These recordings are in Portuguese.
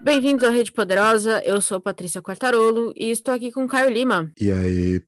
Bem-vindos à Rede Poderosa, eu sou Patrícia Quartarolo e estou aqui com Caio Lima. E aí,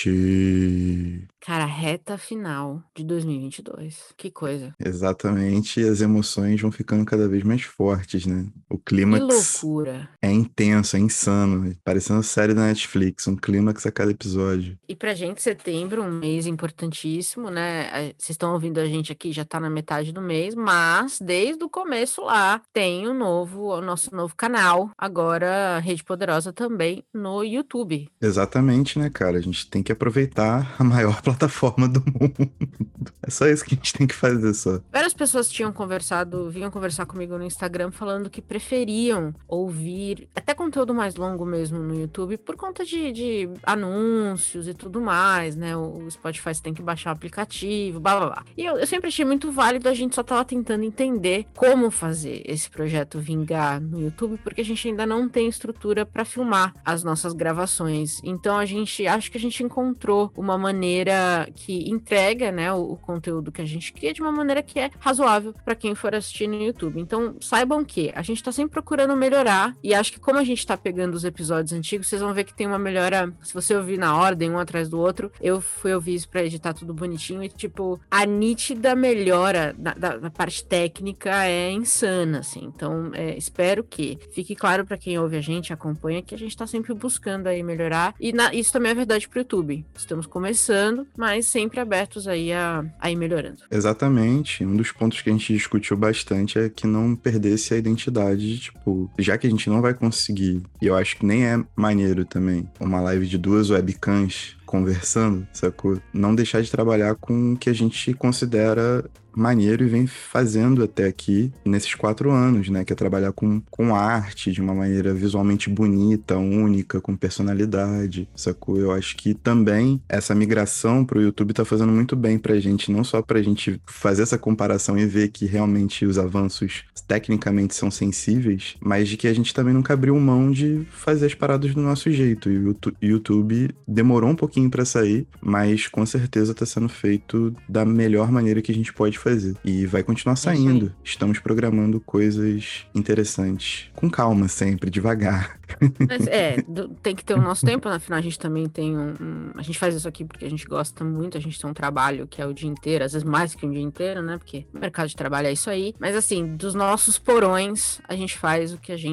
Pati? Cara, reta final de 2022, que coisa. Exatamente, e as emoções vão ficando cada vez mais fortes, né? O Que clímax loucura. é intenso, é insano, parecendo série da Netflix, um clímax a cada episódio. E pra gente, setembro, um mês importantíssimo, né? Vocês estão ouvindo a gente aqui, já tá na metade do mês, mas desde o começo lá tem o nosso novo canal, agora Rede Poderosa também no YouTube. Exatamente, né, cara? A gente tem que aproveitar a maior plataforma do mundo. É só isso que a gente tem que fazer, só. Várias pessoas vinham conversar comigo no Instagram falando que preferiam ouvir até conteúdo mais longo mesmo no YouTube por conta de anúncios e tudo mais, né? O Spotify você tem que baixar o aplicativo, blá blá blá. E eu sempre achei muito válido, a gente só tava tentando entender como fazer esse projeto vingar no YouTube, porque a gente ainda não tem estrutura para filmar as nossas gravações. Então acho que a gente encontrou uma maneira que entrega, né, o conteúdo que a gente cria de uma maneira que é razoável para quem for assistir no YouTube. Então, saibam que a gente tá sempre procurando melhorar e acho que como a gente tá pegando os episódios antigos, vocês vão ver que tem uma melhora, se você ouvir na ordem, um atrás do outro. Eu fui ouvir isso pra editar tudo bonitinho e, tipo, a nítida melhora da parte técnica é insana, assim. Então, espero que fique claro para quem ouve a gente, acompanha, que a gente tá sempre buscando aí melhorar. E isso também é verdade pro YouTube. Estamos começando, mas sempre abertos aí a ir melhorando. Exatamente. Um dos pontos que a gente discutiu bastante é que não perdesse a identidade, tipo, já que a gente não vai conseguir, e eu acho que nem é maneiro também, uma live de 2 webcams conversando, sacou? Não deixar de trabalhar com o que a gente considera maneiro e vem fazendo até aqui nesses 4 anos, né? Que é trabalhar com arte de uma maneira visualmente bonita, única, com personalidade, sacou? Eu acho que também essa migração pro YouTube tá fazendo muito bem pra gente, não só pra gente fazer essa comparação e ver que realmente os avanços tecnicamente são sensíveis, mas de que a gente também nunca abriu mão de fazer as paradas do nosso jeito. E o YouTube demorou um pouquinho pra sair, mas com certeza tá sendo feito da melhor maneira que a gente pode fazer. E vai continuar É isso aí. saindo. Estamos programando coisas interessantes. Com calma sempre, devagar. Mas tem que ter o nosso tempo, afinal a gente também tem a gente faz isso aqui porque a gente gosta muito, a gente tem um trabalho que é o dia inteiro, às vezes mais que um dia inteiro, né? Porque o mercado de trabalho é isso aí. Mas assim, dos nossos porões, a gente faz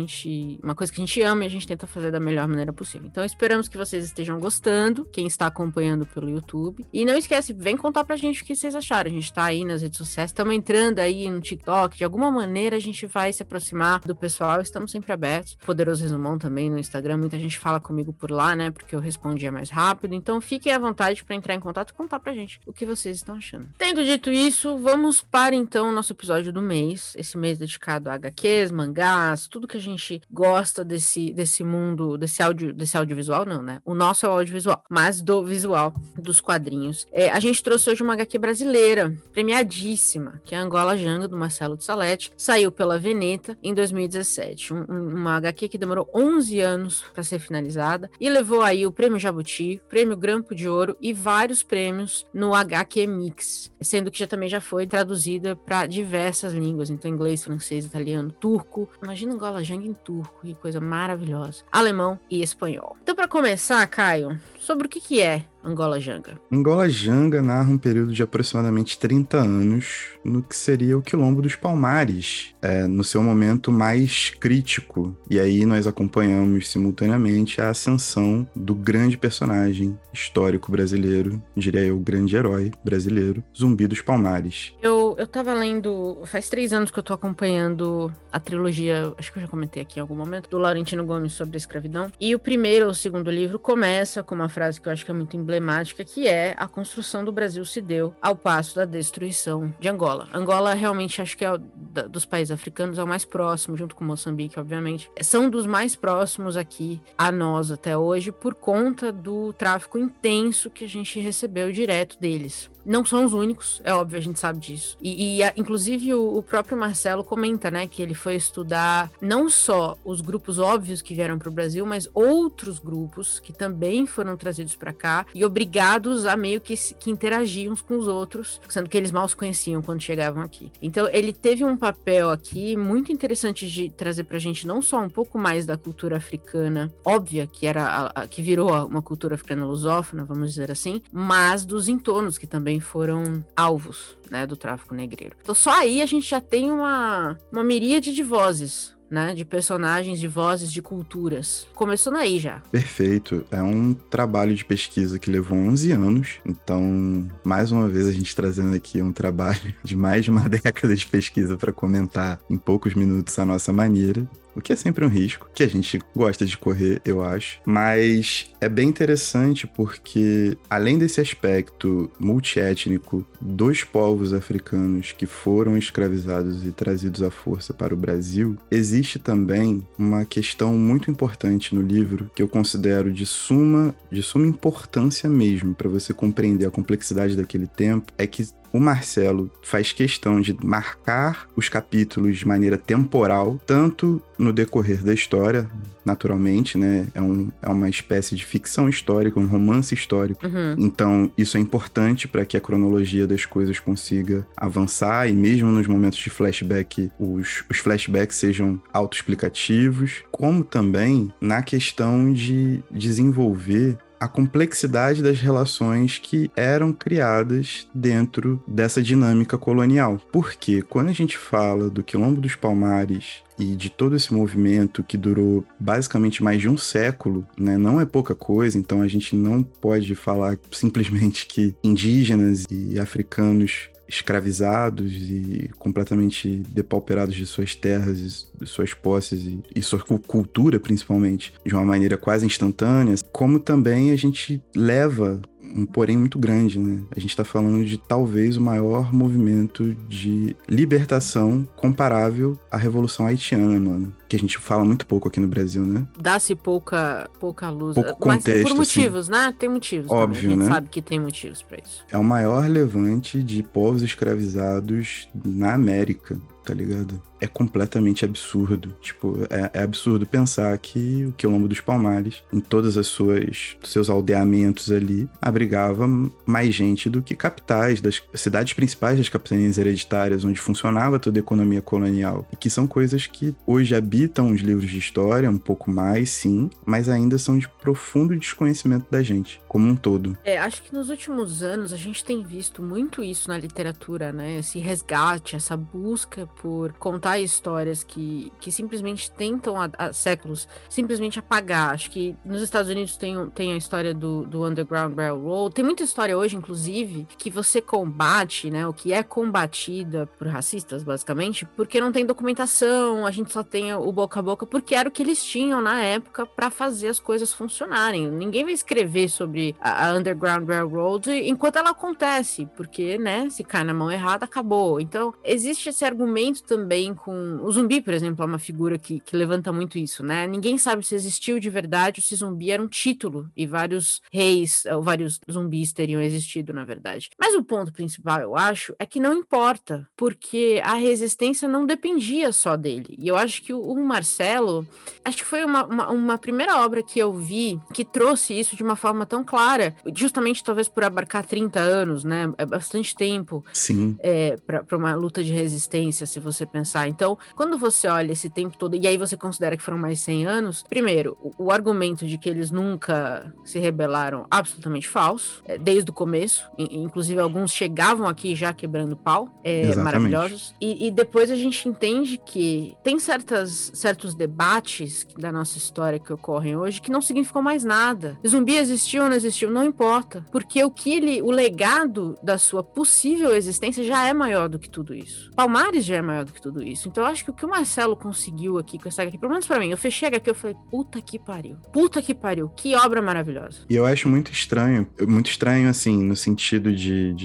uma coisa que a gente ama e a gente tenta fazer da melhor maneira possível. Então esperamos que vocês estejam gostando, quem está acompanhando pelo YouTube. E não esquece, vem contar pra gente o que vocês acharam. A gente tá aí nas redes sociais, estamos entrando aí no TikTok, de alguma maneira a gente vai se aproximar do pessoal, estamos sempre abertos. Poderoso Resumão também no Instagram, muita gente fala comigo por lá, né, porque eu respondia mais rápido, então fiquem à vontade para entrar em contato e contar pra gente o que vocês estão achando. Tendo dito isso, vamos para então o nosso episódio do mês, esse mês dedicado a HQs, mangás, tudo que a gente gosta desse mundo, desse audiovisual, não, né, o nosso é o audiovisual, mas do visual, dos quadrinhos. A gente trouxe hoje uma HQ brasileira, premiadíssima, que é a Angola Janga, do Marcelo de Salete, saiu pela Veneta em 2017, uma HQ que demorou 11 anos para ser finalizada e levou aí o Prêmio Jabuti, Prêmio Grampo de Ouro e vários prêmios no HQ Mix, sendo que também já foi traduzida para diversas línguas, então inglês, francês, italiano, turco. Imagina Angola Janga em turco, que coisa maravilhosa. Alemão e espanhol. Então, para começar, Caio, sobre o que é Angola Janga? Angola Janga narra um período de aproximadamente 30 anos no que seria o Quilombo dos Palmares, no seu momento mais crítico. E aí nós acompanhamos simultaneamente a ascensão do grande personagem histórico brasileiro, diria eu, grande herói brasileiro, Zumbi dos Palmares. Eu tava lendo, faz 3 anos que eu tô acompanhando a trilogia, acho que eu já comentei aqui em algum momento, do Laurentino Gomes sobre a escravidão. E o primeiro ou o segundo livro começa com uma frase que eu acho que é muito emblemática, que é: a construção do Brasil se deu ao passo da destruição de Angola. Angola realmente acho que dos países africanos é o mais próximo, junto com Moçambique, obviamente. São dos mais próximos aqui a nós até hoje por conta do tráfico intenso que a gente recebeu direto deles. Não são os únicos, é óbvio, a gente sabe disso. Inclusive, o próprio Marcelo comenta, né, que ele foi estudar não só os grupos óbvios que vieram para o Brasil, mas outros grupos que também foram trazidos para cá. E e obrigados a meio que interagir uns com os outros, sendo que eles mal se conheciam quando chegavam aqui. Então ele teve um papel aqui muito interessante de trazer pra gente não só um pouco mais da cultura africana, óbvia, que era que virou uma cultura africana lusófona, vamos dizer assim, mas dos entornos que também foram alvos, né, do tráfico negreiro. Então só aí a gente já tem uma miríade de vozes, né, de personagens, de vozes, de culturas. Começando aí já. Perfeito. É um trabalho de pesquisa que levou 11 anos. Então, mais uma vez, a gente trazendo aqui um trabalho de mais de uma década de pesquisa para comentar em poucos minutos a nossa maneira. O que é sempre um risco, que a gente gosta de correr, eu acho. Mas é bem interessante porque, além desse aspecto multiétnico dos povos africanos que foram escravizados e trazidos à força para o Brasil, existe também uma questão muito importante no livro que eu considero de suma importância mesmo para você compreender a complexidade daquele tempo, é que o Marcelo faz questão de marcar os capítulos de maneira temporal, tanto no decorrer da história, naturalmente, né? É uma espécie de ficção histórica, um romance histórico. Uhum. Então, isso é importante para que a cronologia das coisas consiga avançar, e mesmo nos momentos de flashback, os flashbacks sejam autoexplicativos, como também na questão de desenvolver a complexidade das relações que eram criadas dentro dessa dinâmica colonial. Porque quando a gente fala do Quilombo dos Palmares e de todo esse movimento que durou basicamente mais de um século, né, não é pouca coisa, então a gente não pode falar simplesmente que indígenas e africanos escravizados e completamente depauperados de suas terras, de suas posses e sua cultura, principalmente, de uma maneira quase instantânea, como também a gente leva um porém muito grande, né? A gente tá falando de talvez o maior movimento de libertação comparável à Revolução Haitiana, mano. Que a gente fala muito pouco aqui no Brasil, né? Dá-se pouca luz. Pouco contexto, mas por motivos, assim. Né? Tem motivos Óbvio, também. A gente né? sabe que tem motivos pra isso. É o maior levante de povos escravizados na América, tá ligado? É completamente absurdo. Tipo, é absurdo pensar que o Quilombo dos Palmares, em todas as seus aldeamentos ali, abrigava mais gente do que capitais, das cidades principais das capitanias hereditárias, onde funcionava toda a economia colonial. E que são coisas que hoje habitam os livros de história, um pouco mais, sim, mas ainda são de profundo desconhecimento da gente, como um todo. Acho que nos últimos anos a gente tem visto muito isso na literatura, né? Esse resgate, essa busca por contar histórias que simplesmente tentam há séculos simplesmente apagar. Acho que nos Estados Unidos tem a história do Underground Railroad. Tem muita história hoje, inclusive, que você combate, né? O que é combatida por racistas, basicamente, porque não tem documentação, a gente só tem o boca a boca, porque era o que eles tinham na época para fazer as coisas funcionarem. Ninguém vai escrever sobre a Underground Railroad enquanto ela acontece, porque, né, se cai na mão errada, acabou. Então, existe esse argumento também com... O zumbi, por exemplo, é uma figura que levanta muito isso, né? Ninguém sabe se existiu de verdade ou se zumbi era um título e vários reis ou vários zumbis teriam existido, na verdade. Mas o ponto principal, eu acho, é que não importa, porque a resistência não dependia só dele. E eu acho que o Marcelo, acho que foi uma primeira obra que eu vi que trouxe isso de uma forma tão clara, justamente talvez por abarcar 30 anos, né? É bastante tempo. Sim. Para uma luta de resistência, se você pensar. Então, quando você olha esse tempo todo, e aí você considera que foram mais 100 anos, primeiro, o argumento de que eles nunca se rebelaram, absolutamente falso, desde o começo, inclusive alguns chegavam aqui já quebrando pau, maravilhosos, e depois a gente entende que tem certos debates da nossa história que ocorrem hoje que não significam mais nada. Zumbi existiu ou não existiu, não importa, porque o legado da sua possível existência já é maior do que tudo isso. Palmares já é maior do que tudo isso. Então eu acho que o que o Marcelo conseguiu aqui com essa HQ, pelo menos pra mim, eu fechei aqui, eu falei, puta que pariu, que obra maravilhosa. E eu acho muito estranho assim, no sentido de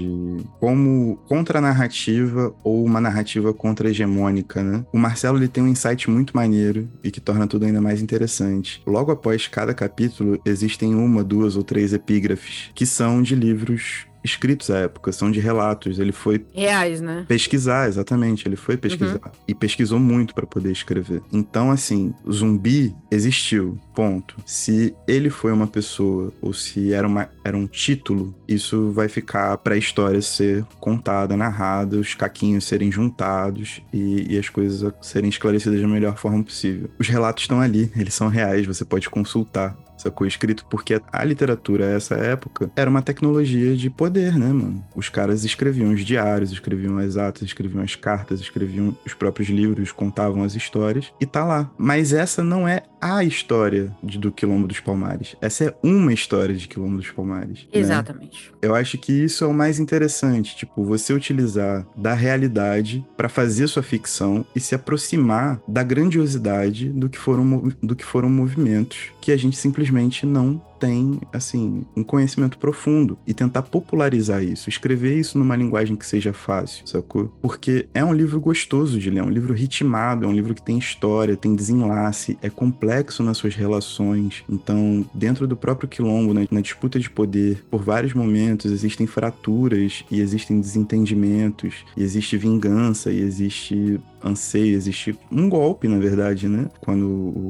como contra-narrativa ou uma narrativa contra-hegemônica, né? O Marcelo, ele tem um insight muito maneiro e que torna tudo ainda mais interessante. Logo após cada capítulo, existem 1, 2 ou 3 epígrafes que são de livros escritos à época, são de relatos. Ele foi reais, né? Pesquisar, exatamente. Ele foi pesquisar. E pesquisou muito para poder escrever. Então, assim, o zumbi existiu. ponto. Se ele foi uma pessoa ou se era um título, isso vai ficar pra história ser contada, narrada, os caquinhos serem juntados e as coisas serem esclarecidas da melhor forma possível. Os relatos estão ali, eles são reais, você pode consultar. Sacou? Escrito porque a literatura, essa época, era uma tecnologia de poder, né, mano? Os caras escreviam os diários, escreviam as atas, escreviam as cartas, escreviam os próprios livros, contavam as histórias, e tá lá. Mas essa não é a história do Quilombo dos Palmares. Essa é uma história de Quilombo dos Palmares. Exatamente. Né? Eu acho que isso é o mais interessante, tipo, você utilizar da realidade pra fazer sua ficção e se aproximar da grandiosidade do que foram movimentos que a gente simplesmente não tem, assim, um conhecimento profundo e tentar popularizar isso, escrever isso numa linguagem que seja fácil, sacou? Porque é um livro gostoso de ler, é um livro ritmado, é um livro que tem história, tem desenlace, é complexo nas suas relações. Então, dentro do próprio Quilombo, né, na disputa de poder, por vários momentos existem fraturas e existem desentendimentos, e existe vingança, e existe anseio, existe um golpe, na verdade, né? Quando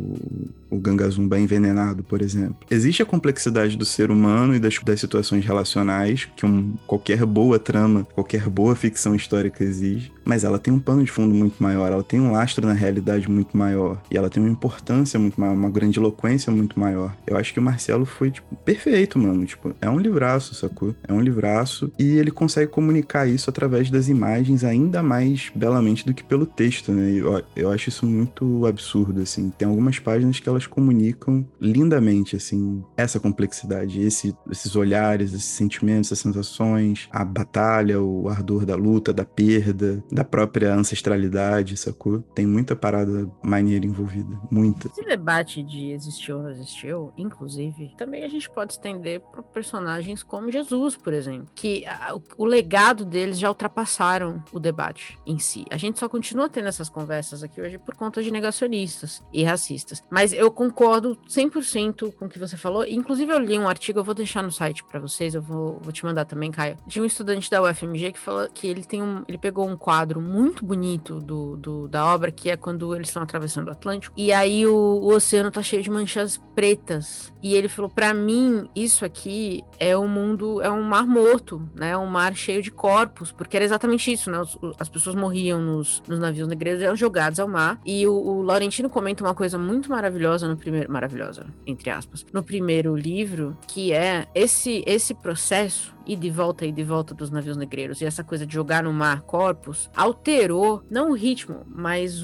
o Gangazumba é envenenado, por exemplo. Existe a complexidade do ser humano e das situações relacionais que qualquer boa trama, qualquer boa ficção histórica exige, mas ela tem um pano de fundo muito maior, ela tem um lastro na realidade muito maior, e ela tem uma importância muito maior, uma grandiloquência muito maior. Eu acho que o Marcelo foi, tipo, perfeito, mano. Tipo, é um livraço, sacou? É um livraço, e ele consegue comunicar isso através das imagens ainda mais belamente do que pelo texto, né? E eu acho isso muito absurdo, assim. Tem algumas páginas que elas comunicam lindamente, assim, essa complexidade, esses olhares, esses sentimentos, essas sensações, a batalha, o ardor da luta, da perda, da própria ancestralidade, sacou? Tem muita parada maneira envolvida, muita. Esse debate de existiu ou não existiu, inclusive, também a gente pode estender para personagens como Jesus, por exemplo, que o legado deles já ultrapassaram o debate em si. A gente só continua tendo essas conversas aqui hoje por conta de negacionistas e racistas. Mas eu concordo 100% com o que você falou. Inclusive, eu li um artigo, eu vou deixar no site para vocês, eu vou te mandar também, Caio, de um estudante da UFMG que falou que ele pegou um quadro muito bonito da obra, que é quando eles estão atravessando o Atlântico, e aí o oceano tá cheio de manchas pretas. E ele falou, pra mim, isso aqui é um mundo, é um mar morto, né? Um mar cheio de corpos, porque era exatamente isso, né? As pessoas morriam nos navios negreiros, eram jogados ao mar. E o Laurentino comenta uma coisa muito maravilhosa maravilhosa, entre aspas, no primeiro livro, que é esse processo e de volta dos navios negreiros, e essa coisa de jogar no mar corpos, alterou, não o ritmo, mas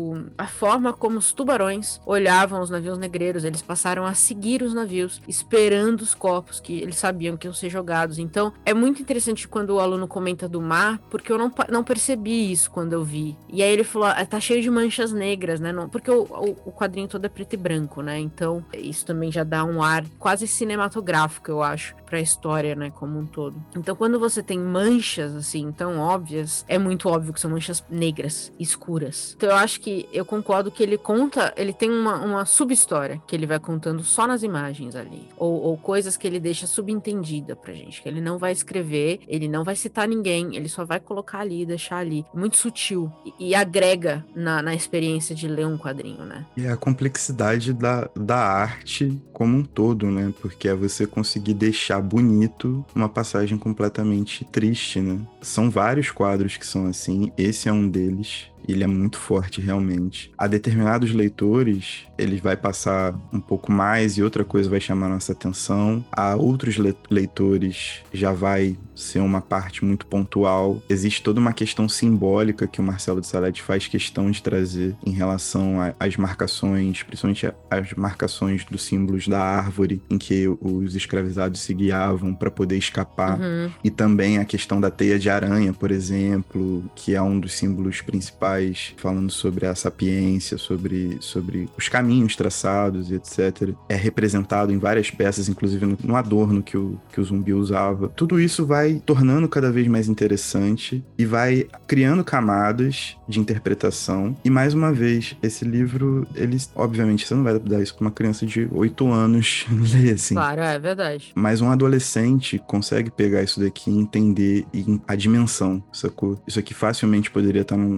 a forma como os tubarões olhavam os navios negreiros. Eles passaram a seguir os navios, esperando os corpos que eles sabiam que iam ser jogados. Então, é muito interessante quando o aluno comenta do mar, porque eu não percebi isso quando eu vi. E aí ele falou, tá cheio de manchas negras, né? Não, porque o quadrinho todo é preto e branco, né? Então, isso também já dá um ar quase cinematográfico, eu acho, pra história, né, como um todo. Então, quando você tem manchas, assim, tão óbvias, é muito óbvio que são manchas negras, escuras. Então, eu acho que, eu concordo que ele tem uma sub-história que ele vai contando só nas imagens ali. Ou coisas que ele deixa subentendida pra gente, que ele não vai escrever, ele não vai citar ninguém, ele só vai colocar ali, deixar ali. Muito sutil. E agrega na experiência de ler um quadrinho, né? E a complexidade da arte como um todo, né? Porque é você conseguir deixar bonito uma passagem completamente triste, né? São vários quadros que são assim, esse é um deles. Ele é muito forte, realmente. A determinados leitores, ele vai passar um pouco mais e outra coisa vai chamar nossa atenção. A outros leitores, já vai ser uma parte muito pontual. Existe toda uma questão simbólica que o Marcelo de Salete faz questão de trazer em relação às marcações, principalmente as marcações dos símbolos da árvore em que os escravizados se guiavam para poder escapar. Uhum. E também a questão da teia de aranha, por exemplo, que é um dos símbolos principais, falando sobre a sapiência, sobre os caminhos traçados e etc. É representado em várias peças, inclusive no adorno que o zumbi usava. Tudo isso vai tornando cada vez mais interessante e vai criando camadas de interpretação. E mais uma vez, esse livro, obviamente, você não vai dar isso pra uma criança de 8 anos ler, assim. Claro, é verdade. Mas um adolescente consegue pegar isso daqui e entender a dimensão, sacou? Isso aqui facilmente poderia estar num currículo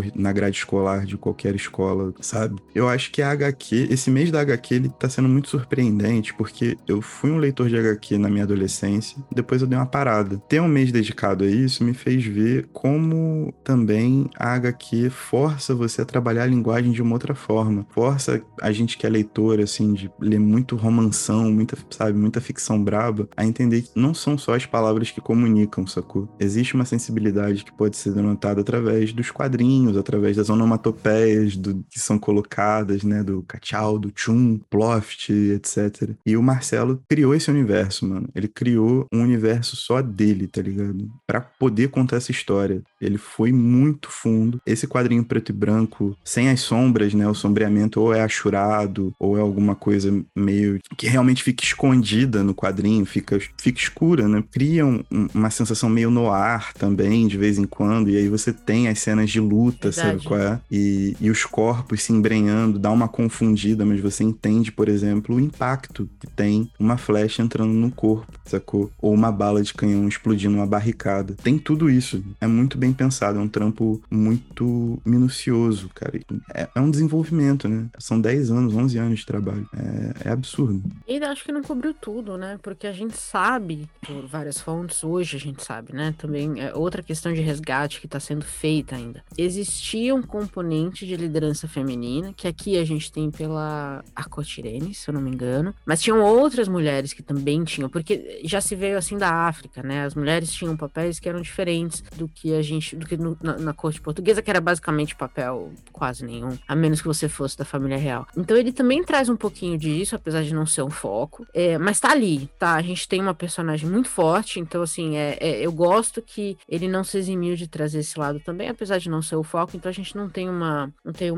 na grade escolar de qualquer escola, sabe? Eu acho que a HQ, esse mês da HQ, ele tá sendo muito surpreendente, porque eu fui um leitor de HQ na minha adolescência, depois eu dei uma parada. Ter um mês dedicado a isso me fez ver como também a HQ força você a trabalhar a linguagem de uma outra forma. Força a gente que é leitor, assim, de ler muito romanção, muita ficção braba, a entender que não são só as palavras que comunicam, sacou? Existe uma sensibilidade que pode ser denotada através dos quadrinhos, através das onomatopeias que são colocadas, né? Do cachau, do tchum, ploft, etc. E o Marcelo criou esse universo, mano. Ele criou um universo só dele, tá ligado? Pra poder contar essa história. Ele foi muito fundo. Esse quadrinho preto e branco, sem as sombras, né? O sombreamento ou é achurado, ou é alguma coisa meio que realmente fica escondida no quadrinho, fica escura, né? Cria uma sensação meio noir também, de vez em quando, e aí você tem as cenas de luta, Verdade. sabe qual é? E os corpos se embrenhando, dá uma confundida, mas você entende, por exemplo, o impacto que tem uma flecha entrando no corpo, sacou? Ou uma bala de canhão explodindo uma barricada. Tem tudo isso. É muito bem pensado, é um trampo muito minucioso, cara. É um desenvolvimento, né? São 10 anos, 11 anos de trabalho. É absurdo. E ainda acho que não cobriu tudo, né? Porque a gente sabe, por várias fontes, hoje a gente sabe, né? Também é outra questão de resgate que está sendo feita ainda. Existia um componente de liderança feminina, que aqui a gente tem pela Akotirene, se eu não me engano. Mas tinham outras mulheres que também tinham, porque já se veio assim da África, né? As mulheres tinham papéis que eram diferentes do que na corte portuguesa, que era basicamente papel quase nenhum, a menos que você fosse da família real. Então ele também traz um pouquinho disso, apesar de não ser um foco, mas tá ali, tá? A gente tem uma personagem muito forte, então assim, eu gosto que ele não se eximiu de trazer esse lado também, apesar de não ser o foco, então a gente não tem uma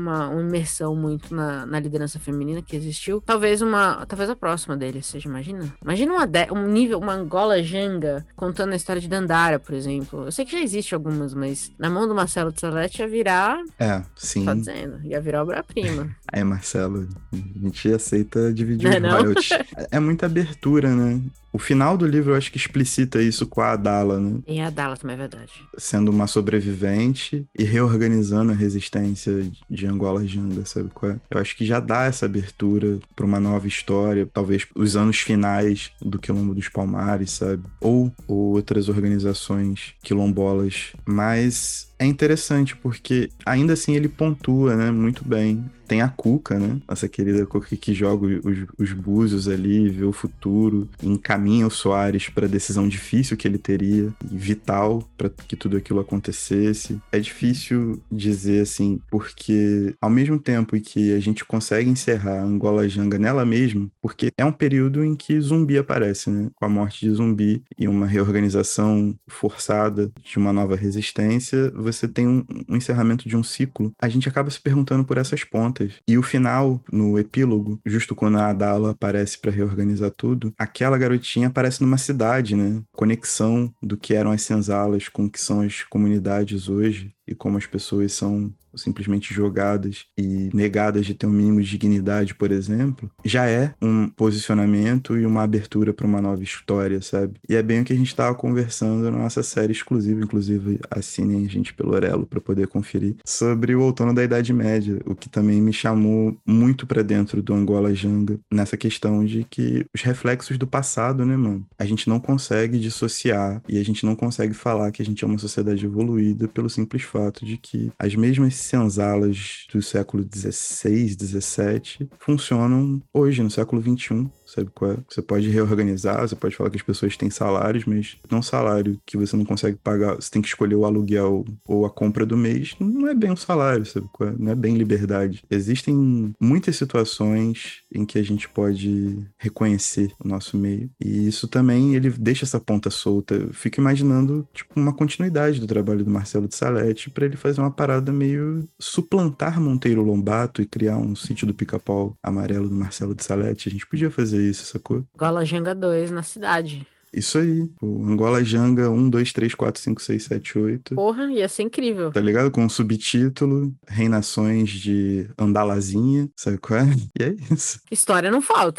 imersão muito na liderança feminina que existiu. Talvez a próxima dele, você imagina? Imagina uma Angola Janga contando a história de Dandara, por exemplo. Eu sei que já existe algumas, mas na mão do Marcelo de Salete ia virar... Sim. Tô dizendo, ia virar obra-prima. Aí, Marcelo, a gente aceita dividir Não os é não? royalties. É muita abertura, né? O final do livro eu acho que explicita isso com a Adala, né? E a Dala também é verdade. Sendo uma sobrevivente e reorganizando a resistência de Angola Janga, sabe qual é? Eu acho que já dá essa abertura para uma nova história, talvez os anos finais do Quilombo dos Palmares, sabe? Ou outras organizações quilombolas. Mas é interessante porque ainda assim ele pontua, né? Muito bem. Tem a Cuca, né? Nossa querida Cuca que joga os búzios ali, vê o futuro, encaminha o Soares para a decisão difícil que ele teria, e vital para que tudo aquilo acontecesse. É difícil dizer assim, porque ao mesmo tempo em que a gente consegue encerrar Angola Janga nela mesma, porque é um período em que Zumbi aparece, né? Com a morte de Zumbi e uma reorganização forçada de uma nova resistência, você tem um encerramento de um ciclo. A gente acaba se perguntando por essas pontas. E o final, no epílogo, justo quando a Adala aparece para reorganizar tudo, aquela garotinha aparece numa cidade, né? Conexão do que eram as senzalas com o que são as comunidades hoje e como as pessoas são simplesmente jogadas e negadas de ter um mínimo de dignidade, por exemplo, já é um posicionamento e uma abertura para uma nova história, sabe? E é bem o que a gente estava conversando na nossa série exclusiva, inclusive assinem a gente pelo Orelo para poder conferir, sobre o outono da Idade Média, o que também me chamou muito para dentro do Angola Janga, nessa questão de que os reflexos do passado, né, mano? A gente não consegue dissociar e a gente não consegue falar que a gente é uma sociedade evoluída pelo simples fato de que as mesmas senzalas do século XVI, XVII funcionam hoje, no século XXI, sabe qual é? Você pode reorganizar, você pode falar que as pessoas têm salários, mas não salário que você não consegue pagar, você tem que escolher o aluguel ou a compra do mês, não é bem um salário, sabe qual é? Não é bem liberdade. Existem muitas situações em que a gente pode reconhecer o nosso meio, e isso também, ele deixa essa ponta solta. Eu fico imaginando, tipo, uma continuidade do trabalho do Marcelo de Salete para ele fazer uma parada meio suplantar Monteiro Lobato e criar um sítio do Pica-Pau Amarelo do Marcelo de Salete. A gente podia fazer isso, sacou? Angola Janga 2 na cidade. Isso aí. O Angola Janga 1, 2, 3, 4, 5, 6, 7, 8. Porra, ia ser incrível. Tá ligado? Com um subtítulo, Reinações de Andalazinha, sabe qual é? E é isso. História não falta. O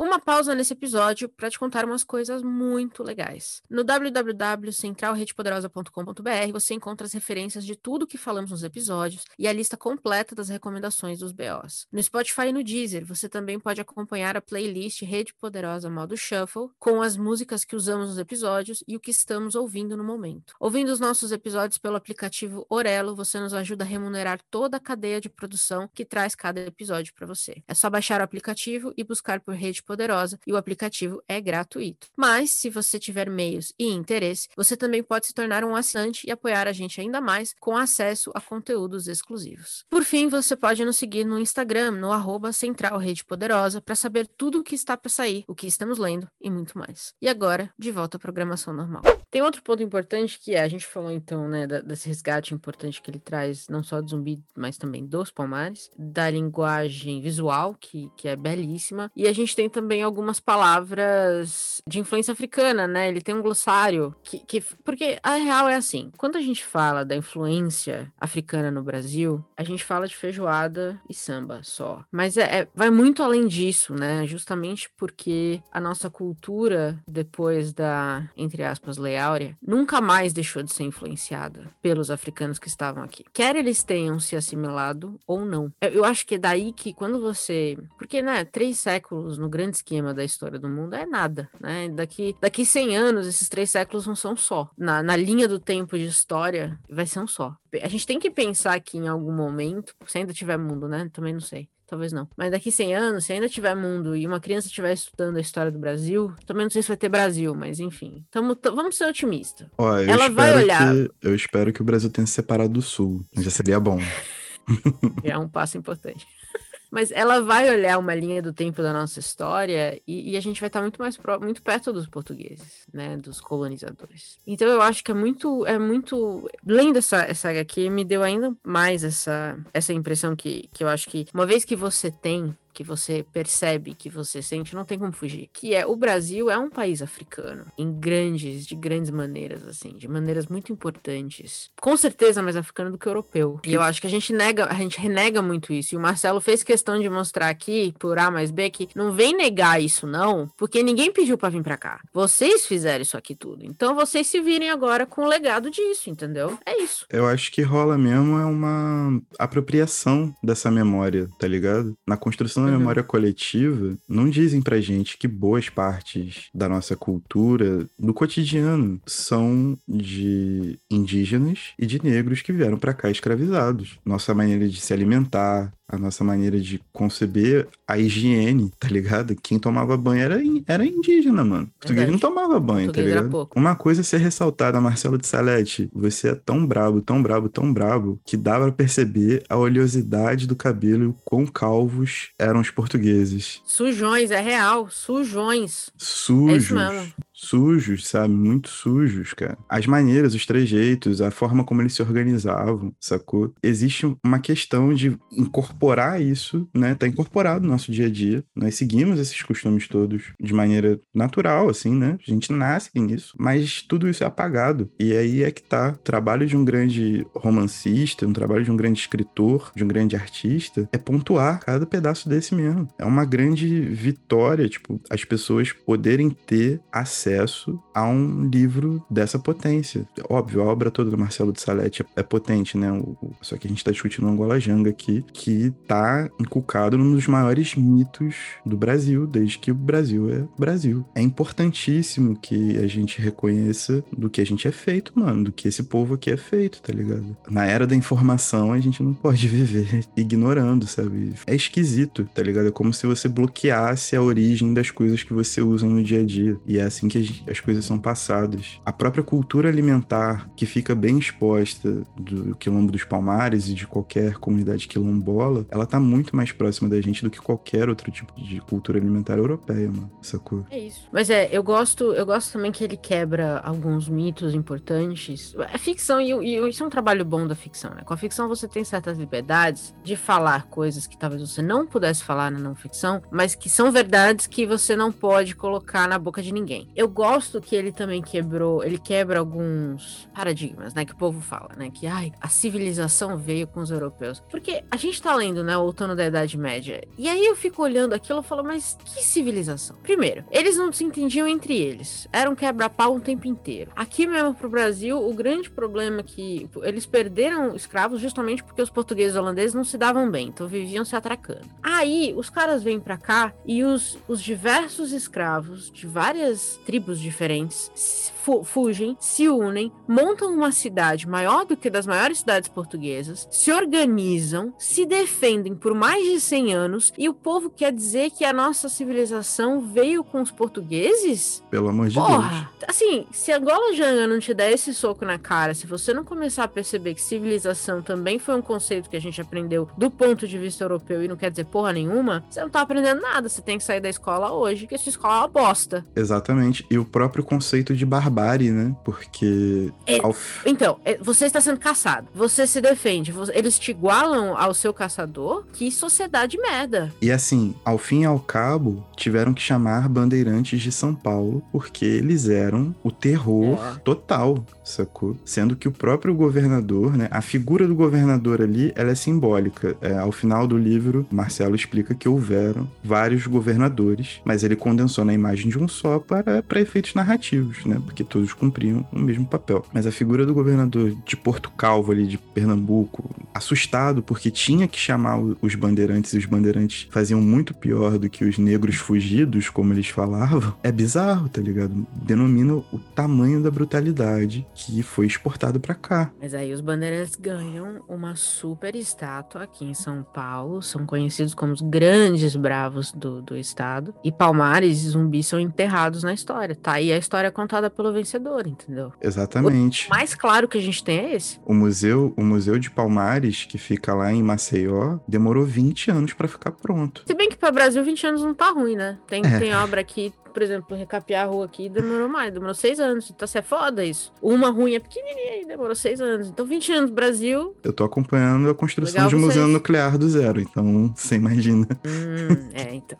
uma pausa nesse episódio para te contar umas coisas muito legais. No www.centralredepoderosa.com.br você encontra as referências de tudo que falamos nos episódios e a lista completa das recomendações dos BOs. No Spotify e no Deezer, você também pode acompanhar a playlist Rede Poderosa Modo Shuffle com as músicas que usamos nos episódios e o que estamos ouvindo no momento. Ouvindo os nossos episódios pelo aplicativo Orelo, você nos ajuda a remunerar toda a cadeia de produção que traz cada episódio para você. É só baixar o aplicativo e buscar por Rede Poderosa e o aplicativo é gratuito. Mas, se você tiver meios e interesse, você também pode se tornar um assinante e apoiar a gente ainda mais com acesso a conteúdos exclusivos. Por fim, você pode nos seguir no Instagram, no @CentralRedePoderosa, para saber tudo o que está para sair, o que estamos lendo e muito mais. E agora, de volta à programação normal. Tem outro ponto importante que a gente falou então, né, desse resgate importante que ele traz, não só do zumbi, mas também dos palmares, da linguagem visual, que é belíssima, e a gente tem também algumas palavras de influência africana, né, ele tem um glossário, porque a real é assim, quando a gente fala da influência africana no Brasil, a gente fala de feijoada e samba só, mas vai muito além disso, né, justamente porque a nossa cultura, depois da, entre aspas, Lei Áurea, nunca mais deixou de ser influenciada pelos africanos que estavam aqui. Quer eles tenham se assimilado ou não. Eu acho que é daí que quando você... Porque, né, 3 séculos no grande esquema da história do mundo é nada, né? Daqui 100 anos, esses 3 séculos não são só. Na linha do tempo de história, vai ser um só. A gente tem que pensar que em algum momento, se ainda tiver mundo, né? Também não sei. Talvez não. Mas daqui 100 anos, se ainda tiver mundo e uma criança estiver estudando a história do Brasil, também não sei se vai ter Brasil, mas enfim. Vamos ser otimistas. Ó, eu espero que o Brasil tenha se separado do Sul. Já seria bom. É um passo importante. Mas ela vai olhar uma linha do tempo da nossa história e a gente vai estar muito perto dos portugueses, né, dos colonizadores. Então eu acho que é muito, lendo essa HQ, me deu ainda mais essa impressão que eu acho que uma vez que você tem, que você percebe, que você sente, não tem como fugir. Que o Brasil é um país africano, de grandes maneiras, assim, de maneiras muito importantes. Com certeza mais africano do que europeu. E eu acho que a gente renega muito isso. E o Marcelo fez questão de mostrar aqui, por A mais B, que não vem negar isso não, porque ninguém pediu pra vir pra cá. Vocês fizeram isso aqui tudo. Então vocês se virem agora com o legado disso, entendeu? É isso. Eu acho que rola mesmo uma apropriação dessa memória, tá ligado? Na construção da memória coletiva, não dizem pra gente que boas partes da nossa cultura, do cotidiano, são de indígenas e de negros que vieram pra cá escravizados. Nossa maneira de se alimentar, a nossa maneira de conceber a higiene, tá ligado? Quem tomava banho era indígena, mano. O português não tomava banho, tá ligado? Uma coisa a ser ressaltada, Marcelo de Salete, você é tão brabo, tão brabo, tão brabo, que dá pra perceber a oleosidade do cabelo e o quão calvos eram os portugueses. Sujões, é real, sujões. Sujos. É isso mesmo. Sujos, sabe? Muito sujos, cara. As maneiras, os trejeitos, a forma como eles se organizavam, sacou? Existe uma questão de incorporar isso, né? Tá incorporado no nosso dia a dia. Nós seguimos esses costumes todos de maneira natural, assim, né? A gente nasce nisso. Mas tudo isso é apagado. E aí é que tá. O trabalho de um grande romancista, um trabalho de um grande escritor, de um grande artista, é pontuar cada pedaço desse mesmo. É uma grande vitória, tipo, as pessoas poderem ter acesso a um livro dessa potência. Óbvio, a obra toda do Marcelo de Salete é potente, né? Só que a gente tá discutindo o Angola Janga aqui, que tá inculcado num dos maiores mitos do Brasil, desde que o Brasil é Brasil. É importantíssimo que a gente reconheça do que a gente é feito, mano, do que esse povo aqui é feito, tá ligado? Na era da informação, a gente não pode viver ignorando, sabe? É esquisito, tá ligado? É como se você bloqueasse a origem das coisas que você usa no dia a dia. E é assim que as coisas são passadas. A própria cultura alimentar, que fica bem exposta do Quilombo dos Palmares e de qualquer comunidade quilombola, ela tá muito mais próxima da gente do que qualquer outro tipo de cultura alimentar europeia, mano. Sacou? É isso. Mas eu gosto também que ele quebra alguns mitos importantes. É ficção, e isso é um trabalho bom da ficção, né? Com a ficção você tem certas liberdades de falar coisas que talvez você não pudesse falar na não ficção, mas que são verdades que você não pode colocar na boca de ninguém. Eu gosto que ele também quebra alguns paradigmas, né, que o povo fala, né, que a civilização veio com os europeus. Porque a gente tá lendo, né, o Outono da Idade Média, e aí eu fico olhando aquilo e falo, mas que civilização? Primeiro, eles não se entendiam entre eles, era um quebra-pau o tempo inteiro. Aqui mesmo pro Brasil, o grande problema é que eles perderam escravos justamente porque os portugueses e holandeses não se davam bem, então viviam se atracando. Aí, os caras vêm pra cá e os diversos escravos de várias tribos diferentes fugem, se unem, montam uma cidade maior do que das maiores cidades portuguesas, se organizam, se defendem por mais de 100 anos, e o povo quer dizer que a nossa civilização veio com os portugueses? Pelo amor de Porra! Deus. Assim, se Angola Janga não te der esse soco na cara, se você não começar a perceber que civilização também foi um conceito que a gente aprendeu do ponto de vista europeu e não quer dizer porra nenhuma, você não tá aprendendo nada, você tem que sair da escola hoje, porque sua escola é uma bosta. Exatamente. E o próprio conceito de barbárie, né? Porque... Então, você está sendo caçado, você se defende, eles te igualam ao seu caçador, que sociedade merda. E assim, ao fim e ao cabo, tiveram que chamar bandeirantes de São Paulo, porque eles eram o terror total, sacou? Sendo que o próprio governador, né? A figura do governador ali, ela é simbólica. Ao final do livro, Marcelo explica que houveram vários governadores, mas ele condensou na imagem de um só para efeitos narrativos, né? Porque todos cumpriam o mesmo papel. Mas a figura do governador de Porto Calvo ali, de Pernambuco, assustado porque tinha que chamar os bandeirantes, e os bandeirantes faziam muito pior do que os negros fugidos, como eles falavam, é bizarro, tá ligado? Denomina o tamanho da brutalidade que foi exportado pra cá. Mas aí os bandeirantes ganham uma super estátua aqui em São Paulo, são conhecidos como os grandes bravos do estado, e Palmares e Zumbi são enterrados na história, tá? E a história é contada pelo vencedor, entendeu? Exatamente. O mais claro que a gente tem é esse. O museu de Palmares, que fica lá em Maceió, demorou 20 anos pra ficar pronto. Se bem que para Brasil 20 anos não tá ruim, né? Tem obra aqui, por exemplo, recapear a rua aqui demorou 6 anos. Então, se é foda isso. Uma ruim é pequenininha e demorou 6 anos. Então, 20 anos, Brasil... Eu tô acompanhando a construção Legal de um museu vocês. nuclear do zero, então você imagina. Então.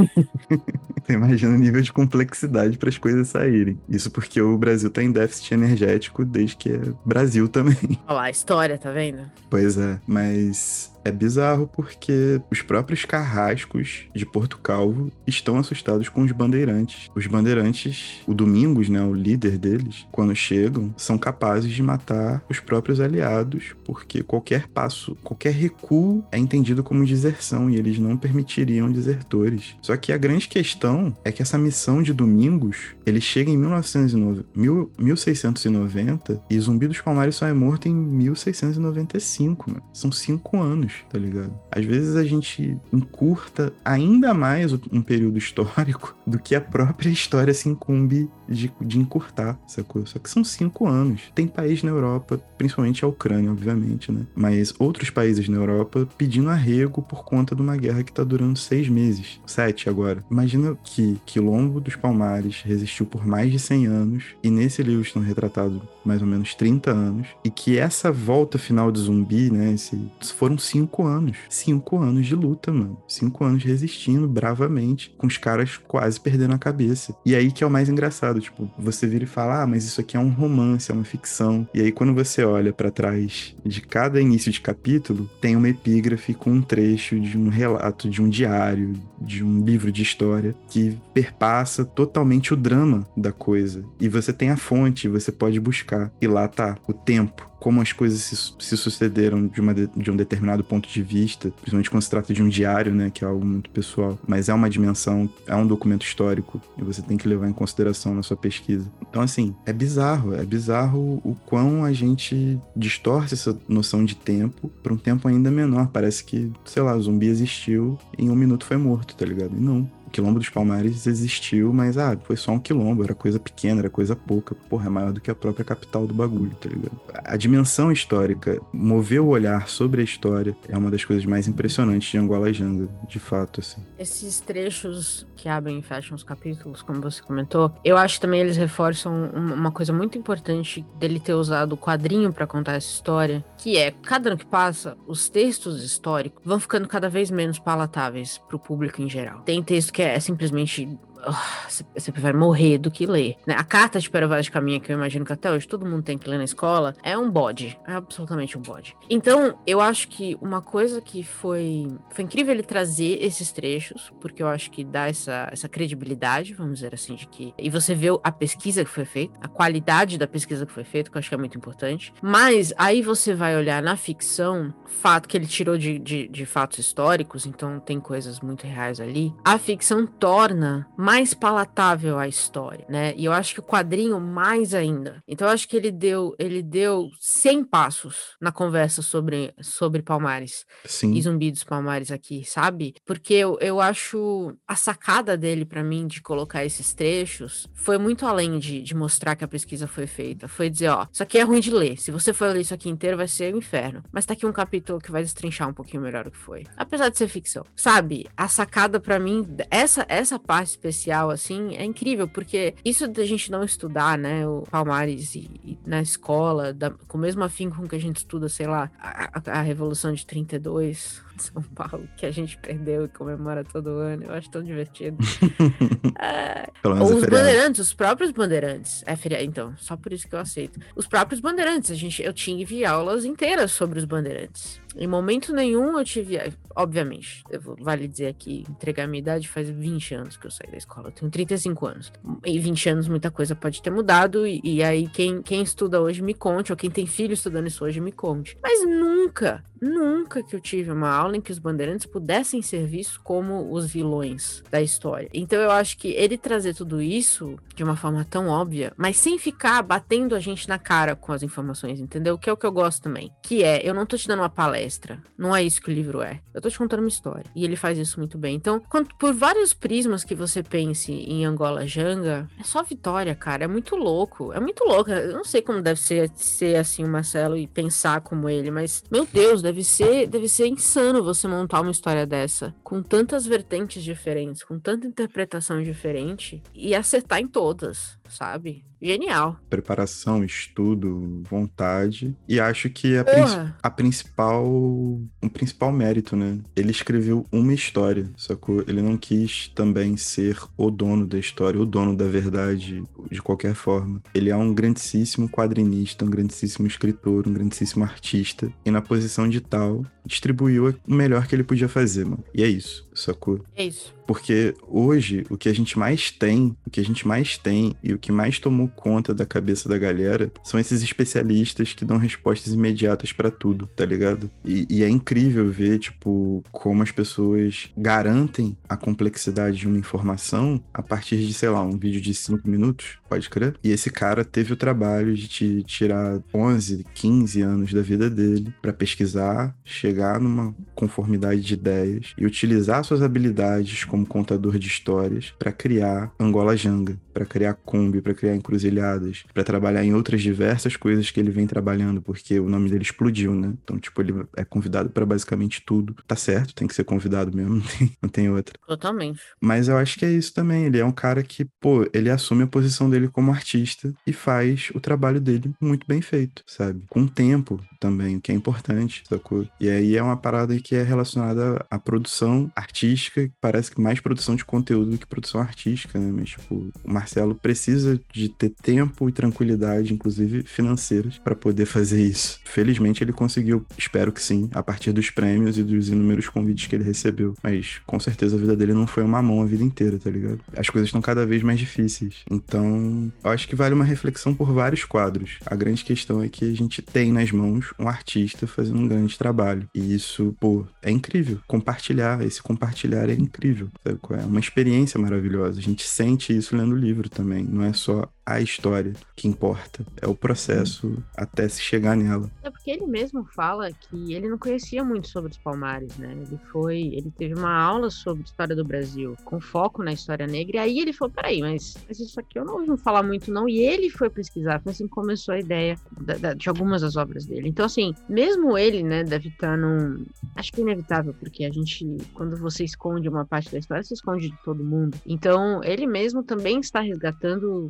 Você imagina o nível de complexidade para as coisas saírem. Isso porque o Brasil tá em déficit energético desde que é Brasil também. Olha lá, a história, tá vendo? Pois é, mas é bizarro porque os próprios carrascos de Porto Calvo estão assustados com os bandeirantes. Os bandeirantes, o Domingos, né, o líder deles, quando chegam, são capazes de matar os próprios aliados, porque qualquer passo, qualquer recuo é entendido como deserção e eles não permitiriam desertores. Só que a grande questão é que essa missão de Domingos, ele chega em 1690 e Zumbi dos Palmares só é morto em 1695, mano. São 5 anos, tá ligado? Às vezes a gente encurta ainda mais um período histórico do que a própria história se incumbe de encurtar, sacou? Só que são 5 anos. Tem país na Europa, principalmente a Ucrânia, obviamente, né? Mas outros países na Europa pedindo arrego por conta de uma guerra que tá durando 6 meses. 7 agora. Imagina que Quilombo dos Palmares resistiu por mais de 100 anos e nesse livro estão retratados mais ou menos 30 anos e que essa volta final de Zumbi, né? Foram 5 anos. 5 anos de luta, mano. 5 anos resistindo bravamente, com os caras quase perdendo a cabeça. E aí que é o mais engraçado, tipo, você vira e fala, mas isso aqui é um romance, é uma ficção. E aí quando você olha pra trás de cada início de capítulo, tem uma epígrafe com um trecho de um relato, de um diário, de um livro de história que perpassa totalmente o drama da coisa. E você tem a fonte, você pode buscar. E lá tá o tempo, como as coisas se sucederam de um determinado ponto de vista, principalmente quando se trata de um diário, né, que é algo muito pessoal, mas é uma dimensão, é um documento histórico e você tem que levar em consideração na sua pesquisa. Então, assim, é bizarro o quão a gente distorce essa noção de tempo para um tempo ainda menor. Parece que, sei lá, o zumbi existiu e em 1 minuto foi morto, tá ligado? E não. O Quilombo dos Palmares existiu, mas foi só um quilombo, era coisa pequena, era coisa pouca. Porra, é maior do que a própria capital do bagulho, tá ligado? A dimensão histórica, mover o olhar sobre a história, é uma das coisas mais impressionantes de Angola Janga, de fato, assim. Esses trechos que abrem e fecham os capítulos, como você comentou, eu acho que também eles reforçam uma coisa muito importante dele ter usado o quadrinho pra contar essa história, que é, cada ano que passa, os textos históricos vão ficando cada vez menos palatáveis pro público em geral. Tem texto que é simplesmente você prefere morrer do que ler, né? A Carta de Pero Vaz de Caminha, que eu imagino que até hoje todo mundo tem que ler na escola, é um bode, é absolutamente um bode. Então, eu acho que uma coisa que foi incrível ele trazer esses trechos, porque eu acho que dá essa credibilidade, vamos dizer assim, de que... E você vê a pesquisa que foi feita, a qualidade da pesquisa que foi feita, que eu acho que é muito importante. Mas aí você vai olhar na ficção, fato que ele tirou de fatos históricos, então tem coisas muito reais ali. A ficção torna mais palatável a história, né? E eu acho que o quadrinho mais ainda. Então eu acho que ele deu 100 passos na conversa sobre Palmares. Sim. E Zumbi dos Palmares aqui, sabe? Porque eu acho a sacada dele pra mim de colocar esses trechos foi muito além de mostrar que a pesquisa foi feita. Foi dizer, ó, isso aqui é ruim de ler. Se você for ler isso aqui inteiro, vai ser um inferno. Mas tá aqui um capítulo que vai destrinchar um pouquinho melhor o que foi. Apesar de ser ficção. Sabe? A sacada pra mim, essa parte especial, assim, é incrível, porque isso da gente não estudar, né, o Palmares e na escola, com o mesmo afinco com que a gente estuda, sei lá, a Revolução de 32 de São Paulo, que a gente perdeu e comemora todo ano. Eu acho tão divertido. Ou os bandeirantes, os próprios bandeirantes. É feriado, então, só por isso que eu aceito. Os próprios bandeirantes, eu tive aulas inteiras sobre os bandeirantes. Em momento nenhum eu tive, obviamente, vale dizer aqui, entregar a minha idade, faz 20 anos que eu saí da escola, eu tenho 35 anos. Em 20 anos muita coisa pode ter mudado, e aí quem estuda hoje me conte, ou quem tem filho estudando isso hoje me conte. Mas nunca que eu tive uma aula em que os bandeirantes pudessem ser vistos como os vilões da história. Então eu acho que ele trazer tudo isso de uma forma tão óbvia, mas sem ficar batendo a gente na cara com as informações, entendeu? Que é o que eu gosto também. Que eu não tô te dando uma palestra, não é isso que o livro é. Eu tô te contando uma história. E ele faz isso muito bem. Então, por vários prismas que você pense em Angola Janga, é só vitória, cara. É muito louco. É muito louco. Eu não sei como deve ser assim o Marcelo e pensar como ele, mas, meu Deus, deve ser insano você montar uma história dessa, com tantas vertentes diferentes, com tanta interpretação diferente, e acertar em todas, sabe? Genial. Preparação, estudo, vontade. E acho que o principal mérito, né? Ele escreveu uma história, sacou? Ele não quis também ser o dono da história, o dono da verdade, de qualquer forma. Ele é um grandíssimo quadrinista, um grandíssimo escritor, um grandíssimo artista. E na posição de tal, distribuiu o melhor que ele podia fazer, mano. E é isso, sacou? É isso. Porque hoje, o que a gente mais tem e o que mais tomou conta da cabeça da galera são esses especialistas que dão respostas imediatas pra tudo, tá ligado? E é incrível ver, tipo, como as pessoas garantem a complexidade de uma informação a partir de, sei lá, um vídeo de 5 minutos, pode crer? E esse cara teve o trabalho de te tirar 11, 15 anos da vida dele pra pesquisar, chegar numa conformidade de ideias e utilizar suas habilidades como contador de histórias para criar Angola Janga, para criar Kombi, para criar Encruzilhadas, para trabalhar em outras diversas coisas que ele vem trabalhando, porque o nome dele explodiu, né? Então, tipo, ele é convidado para basicamente tudo. Tá certo, tem que ser convidado mesmo, não tem outra. Totalmente. Mas eu acho que é isso também. Ele é um cara que, pô, ele assume a posição dele como artista e faz o trabalho dele muito bem feito, sabe? Com tempo também, o que é importante, sacou? E aí é uma parada que é relacionada à produção artística, parece que mais produção de conteúdo do que produção artística, né? Mas, tipo, o Marcelo precisa de ter tempo e tranquilidade, inclusive financeiras, para poder fazer isso. Felizmente ele conseguiu, espero que sim, a partir dos prêmios e dos inúmeros convites que ele recebeu. Mas com certeza a vida dele não foi uma mão a vida inteira, tá ligado? As coisas estão cada vez mais difíceis. Então, eu acho que vale uma reflexão por vários quadros. A grande questão é que a gente tem nas mãos um artista fazendo um grande trabalho. E isso, pô, é incrível. Esse compartilhar é incrível. Sabe qual é? É uma experiência maravilhosa. A gente sente isso lendo o livro também. Não é só a história que importa. É o processo até se chegar nela. É porque ele mesmo fala que ele não conhecia muito sobre os Palmares, né? Ele teve uma aula sobre história do Brasil, com foco na história negra, e aí ele falou, peraí, mas isso aqui eu não ouvi falar muito não, e ele foi pesquisar, foi assim que começou a ideia de algumas das obras dele. Então, assim, mesmo ele, né, deve estar num... Acho que é inevitável, porque a gente, quando você esconde uma parte da história, você esconde de todo mundo. Então, ele mesmo também está resgatando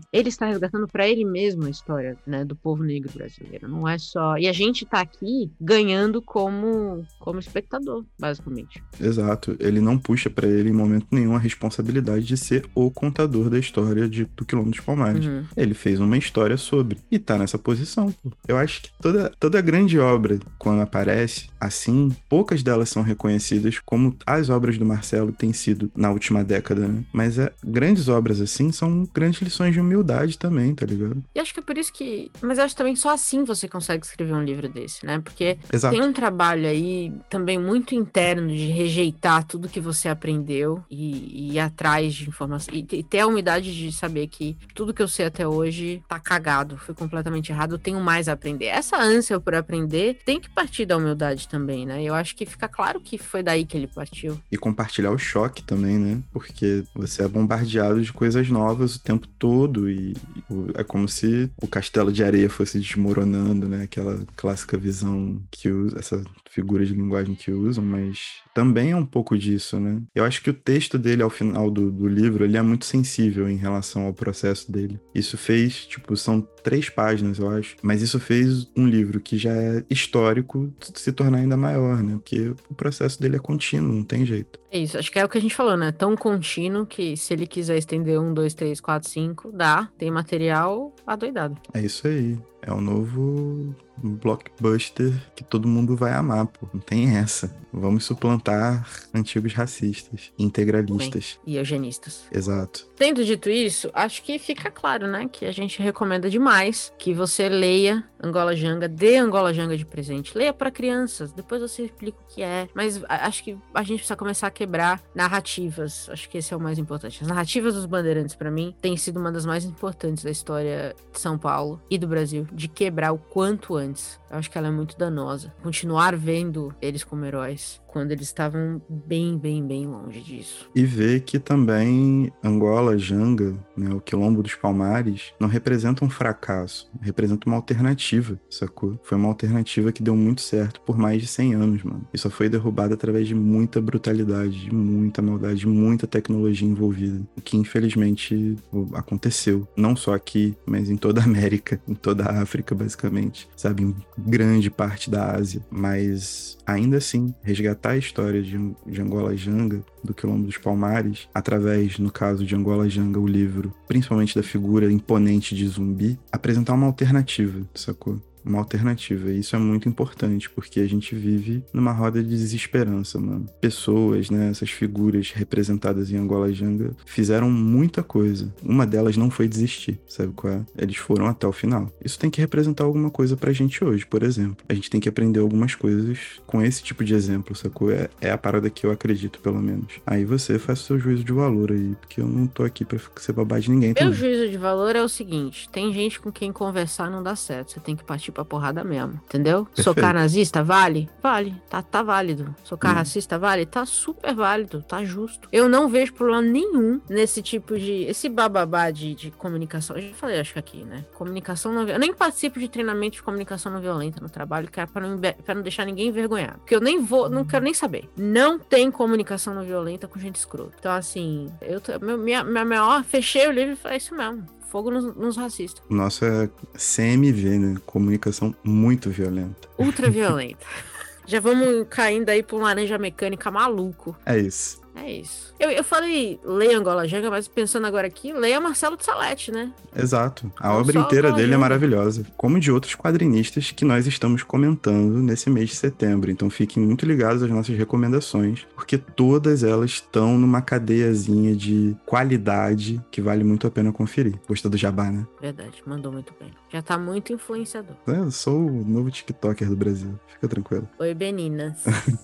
resgatando para ele mesmo a história, né, do povo negro brasileiro. Não é só... E a gente tá aqui ganhando como espectador, basicamente. Exato. Ele não puxa pra ele em momento nenhum a responsabilidade de ser o contador da história do Quilombo dos Palmares. Ele fez uma história sobre. E tá nessa posição, pô. Eu acho que toda grande obra, quando aparece, assim, poucas delas são reconhecidas como as obras do Marcelo têm sido na última década, né? Mas grandes obras assim são grandes lições de humildade também, tá ligado? E acho que é por isso que... Mas eu acho também só assim você consegue escrever um livro desse, né? Porque Exato. Tem um trabalho aí também muito interno de rejeitar tudo que você aprendeu e ir atrás de informação. E ter a humildade de saber que tudo que eu sei até hoje tá cagado, foi completamente errado, eu tenho mais a aprender. Essa ânsia por aprender tem que partir da humildade também, né? Eu acho que fica claro que foi daí que ele partiu. E compartilhar o choque também, né? Porque você é bombardeado de coisas novas o tempo todo e é como se o castelo de areia fosse desmoronando, né? Aquela clássica visão que usa, essa figura de linguagem que usam, mas também é um pouco disso, né? Eu acho que o texto dele ao final do livro, ele é muito sensível em relação ao processo dele. Isso fez, tipo, são 3 páginas, eu acho, mas isso fez um livro que já é histórico se tornar ainda maior, né? Porque o processo dele é contínuo, não tem jeito. É isso, acho que é o que a gente falou, né? Tão contínuo que se ele quiser estender 1, 2, 3, 4, 5, dá. Tem material adoidado. É isso aí. É o novo blockbuster que todo mundo vai amar, pô. Não tem essa. Vamos suplantar antigos racistas, integralistas. Bem, e eugenistas. Exato. Tendo dito isso, acho que fica claro, né? Que a gente recomenda demais que você leia Angola Janga, dê Angola Janga de presente. Leia para crianças, depois você explica o que é. Mas acho que a gente precisa começar a quebrar narrativas. Acho que esse é o mais importante. As narrativas dos bandeirantes, para mim, têm sido uma das mais importantes da história de São Paulo e do Brasil, de quebrar o quanto antes. Eu acho que ela é muito danosa. Continuar vendo eles como heróis quando eles estavam bem, bem, bem longe disso. E ver que também Angola Janga, né, o Quilombo dos Palmares, não representa um fracasso, representa uma alternativa, sacou? Foi uma alternativa que deu muito certo por mais de 100 anos, mano. E só foi derrubada através de muita brutalidade, de muita maldade, de muita tecnologia envolvida. O que infelizmente aconteceu. Não só aqui, mas em toda a América, em toda a África, basicamente. Sabe? Em grande parte da Ásia. Mas ainda assim, resgatar a história de Angola Janga, do Quilombo dos Palmares, através, no caso de Angola Janga, o livro, principalmente da figura imponente de Zumbi, apresentar uma alternativa, sacou? Uma alternativa. E isso é muito importante, porque a gente vive numa roda de desesperança, mano. Pessoas, né, essas figuras representadas em Angola Janga fizeram muita coisa. Uma delas não foi desistir, sabe qual é? Eles foram até o final. Isso tem que representar alguma coisa pra gente hoje, por exemplo. A gente tem que aprender algumas coisas com esse tipo de exemplo, sacou? É a parada que eu acredito, pelo menos. Aí você faz o seu juízo de valor aí, porque eu não tô aqui pra ser babá de ninguém também. Meu juízo de valor é o seguinte, tem gente com quem conversar não dá certo, você tem que partir pra porrada mesmo, entendeu? Perfeito. Socar nazista, vale? Vale, tá válido. Socar racista, vale? Tá super válido, tá justo. Eu não vejo problema nenhum nesse tipo de... Esse bababá de comunicação. Eu já falei, acho que aqui, né? Comunicação não violenta. Eu nem participo de treinamento de comunicação não violenta no trabalho, que é pra não deixar ninguém envergonhado. Porque eu nem vou, não quero nem saber. Não tem comunicação não violenta com gente escrota. Então, assim, minha maior... Fechei o livro e falei, isso mesmo. Fogo nos racistas. Nossa, é CMV, né? Comunicação muito violenta. Ultra violenta. Já vamos caindo aí pra um laranja mecânica maluco. É isso. É isso. Eu falei, leia Angola Janga, mas pensando agora aqui, leia Marcelo de Salete, né? Exato. A Não obra inteira Angola dele é Janga. maravilhosa. Como de outros quadrinistas que nós estamos comentando nesse mês de setembro. Então fiquem muito ligados às nossas recomendações, porque todas elas estão numa cadeiazinha de qualidade que vale muito a pena conferir. Gostou do jabá, né? Verdade, mandou muito bem. Já tá muito influenciador. Eu sou o novo TikToker do Brasil. Fica tranquilo. Oi, Beninas.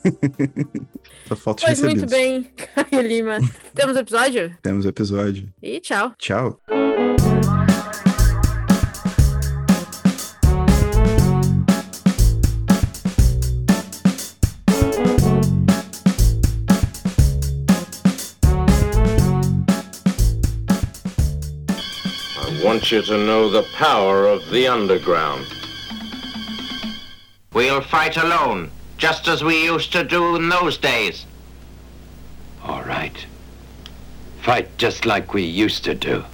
Só falta os Pois recebidos. muito bem, Caio Lima. Temos episódio? Temos episódio. E tchau. Tchau. I want you to know the power of the underground. We'll fight alone, just as we used to do in those days. All right. Fight just like we used to do.